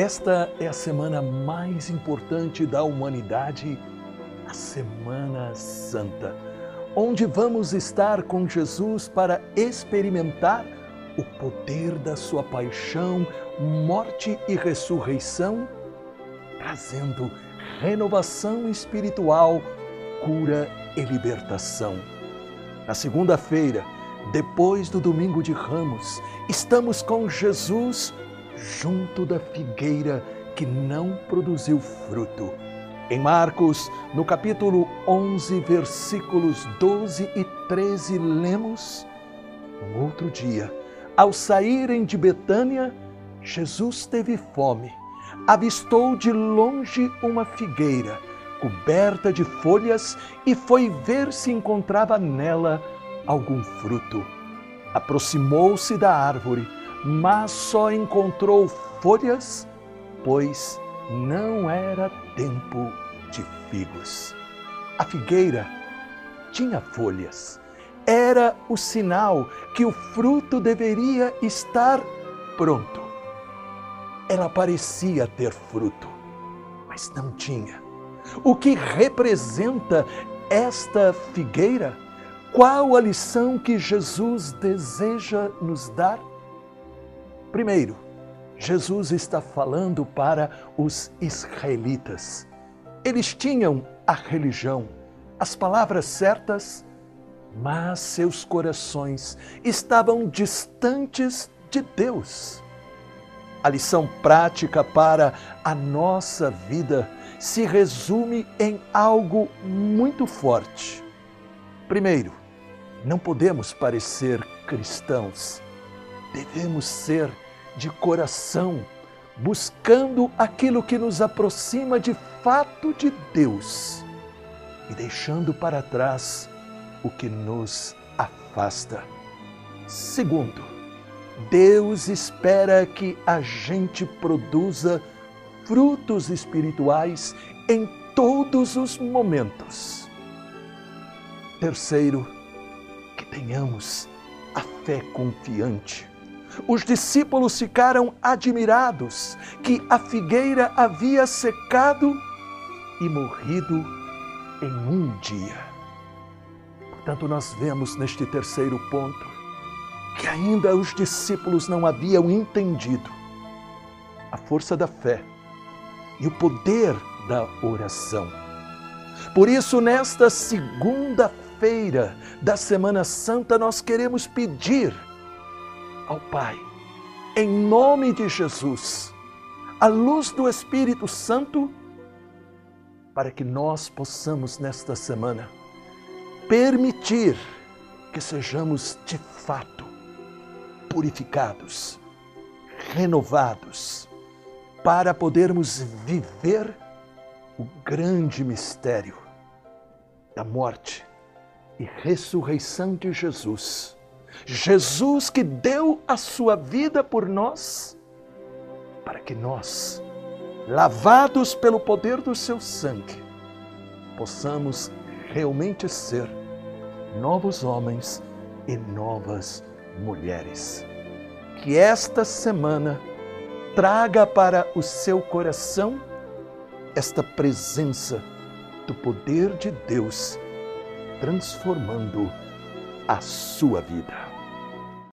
Esta é a semana mais importante da humanidade, a Semana Santa, onde vamos estar com Jesus para experimentar o poder da sua paixão, morte e ressurreição, trazendo renovação espiritual, cura e libertação. Na segunda-feira, depois do Domingo de Ramos, estamos com Jesus junto da figueira que não produziu fruto. Em Marcos, no capítulo 11, versículos 12 e 13, lemos: Um outro dia, ao saírem de Betânia, Jesus teve fome. Avistou de longe uma figueira, coberta de folhas, e foi ver se encontrava nela algum fruto. Aproximou-se da árvore, mas só encontrou folhas, pois não era tempo de figos. A figueira tinha folhas. Era o sinal que o fruto deveria estar pronto. Ela parecia ter fruto, mas não tinha. O que representa esta figueira? Qual a lição que Jesus deseja nos dar? Primeiro, Jesus está falando para os israelitas. Eles tinham a religião, as palavras certas, mas seus corações estavam distantes de Deus. A lição prática para a nossa vida se resume em algo muito forte. Primeiro, não podemos parecer cristãos. Devemos ser de coração, buscando aquilo que nos aproxima de fato de Deus e deixando para trás o que nos afasta. Segundo, Deus espera que a gente produza frutos espirituais em todos os momentos. Terceiro, que tenhamos a fé confiante. Os discípulos ficaram admirados que a figueira havia secado e morrido em um dia. Portanto, nós vemos neste terceiro ponto que ainda os discípulos não haviam entendido a força da fé e o poder da oração. Por isso, nesta segunda-feira da Semana Santa, nós queremos pedir ao Pai, em nome de Jesus, à luz do Espírito Santo, para que nós possamos nesta semana permitir que sejamos de fato purificados, renovados, para podermos viver o grande mistério da morte e ressurreição de Jesus. Jesus que deu a sua vida por nós, para que nós, lavados pelo poder do seu sangue, possamos realmente ser novos homens e novas mulheres. Que esta semana traga para o seu coração esta presença do poder de Deus, transformando a sua vida.